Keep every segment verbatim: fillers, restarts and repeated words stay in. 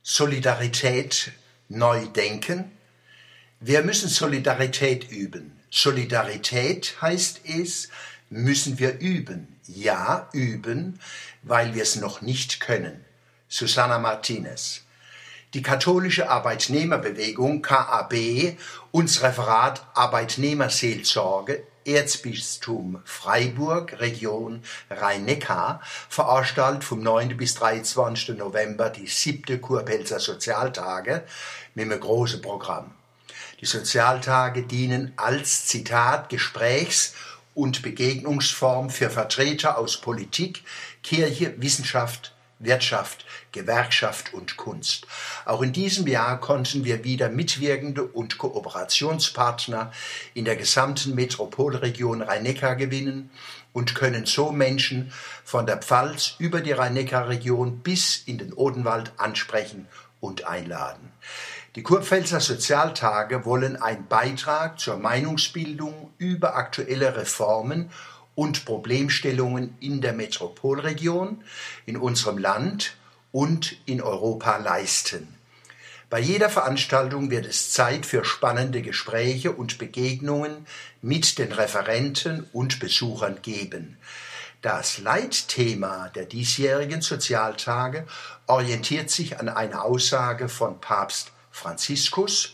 Solidarität neu denken. Wir müssen Solidarität üben. Solidarität heißt es, müssen wir üben. Ja, üben, weil wir es noch nicht können. Susana Martinez. Die katholische Arbeitnehmerbewegung K A B, uns Referat Arbeitnehmerseelsorge, Erzbistum Freiburg, Region Rhein-Neckar, veranstaltet vom neunten bis dreiundzwanzigsten November die siebte Kurpfälzer Sozialtage mit einem großen Programm. Die Sozialtage dienen als Zitat Gesprächs- und Begegnungsform für Vertreter aus Politik, Kirche, Wissenschaft, Wirtschaft, Gewerkschaft und Kunst. Auch in diesem Jahr konnten wir wieder Mitwirkende und Kooperationspartner in der gesamten Metropolregion Rhein-Neckar gewinnen und können so Menschen von der Pfalz über die Rhein-Neckar-Region bis in den Odenwald ansprechen und einladen. Die Kurpfälzer Sozialtage wollen einen Beitrag zur Meinungsbildung über aktuelle Reformen und Problemstellungen in der Metropolregion, in unserem Land und in Europa leisten. Bei jeder Veranstaltung wird es Zeit für spannende Gespräche und Begegnungen mit den Referenten und Besuchern geben. Das Leitthema der diesjährigen Sozialtage orientiert sich an einer Aussage von Papst Franziskus: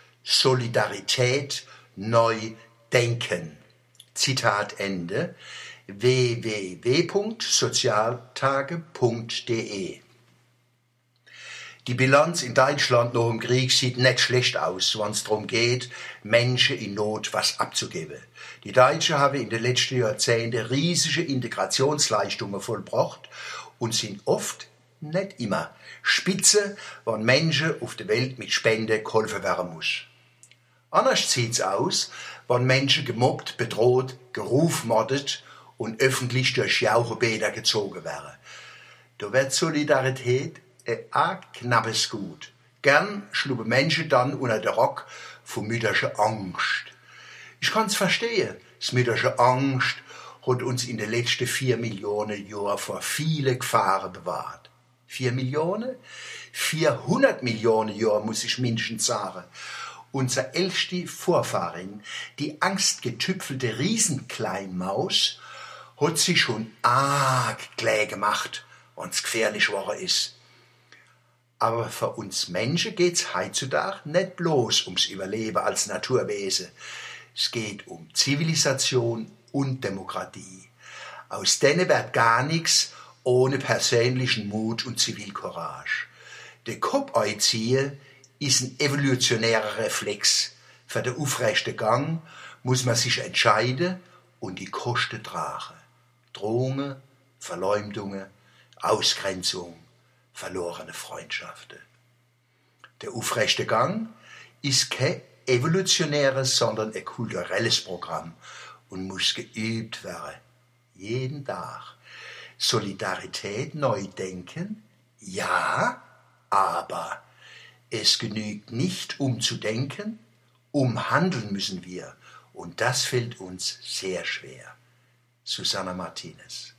Solidarität neu denken. Zitat Ende. w w w punkt sozialtage punkt d e. Die Bilanz in Deutschland nach dem Krieg sieht nicht schlecht aus, wenn es darum geht, Menschen in Not was abzugeben. Die Deutschen haben in den letzten Jahrzehnten riesige Integrationsleistungen vollbracht und sind oft, nicht immer, Spitze, wenn Menschen auf der Welt mit Spenden geholfen werden muss. Anders sieht's aus, wenn Menschen gemobbt, bedroht, gerufmordet und öffentlich durch Jauchebäder gezogen werden. Da wird Solidarität ein knappes Gut. Gern schlugen Menschen dann unter den Rock von mütterscher Angst. Ich kann's verstehen, das müttersche Angst hat uns in den letzten vier Millionen Jahren vor viele Gefahren bewahrt. Vier Millionen? Vierhundert Millionen Jahre muss ich mindestens sagen. Unser älteste Vorfahrin, die angstgetüpfelte Riesenkleinmaus, hat sich schon arg klar gemacht, wenn's gefährlich geworden ist. Aber für uns Menschen geht's heutzutage nicht bloß ums Überleben als Naturwesen. Es geht um Zivilisation und Demokratie. Aus denen wird gar nichts ohne persönlichen Mut und Zivilcourage. Der Kopf einziehen ist ein evolutionärer Reflex. Für den aufrechten Gang muss man sich entscheiden und die Kosten tragen. Drohungen, Verleumdungen, Ausgrenzung, verlorene Freundschaften. Der aufrechte Gang ist kein evolutionäres, sondern ein kulturelles Programm und muss geübt werden. Jeden Tag. Solidarität neu denken? Ja, aber es genügt nicht, um zu denken, umhandeln müssen wir. Und das fällt uns sehr schwer. Susana Martinez.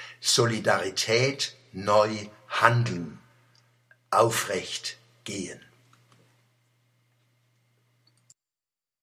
Solidarität neu handeln, aufrecht gehen.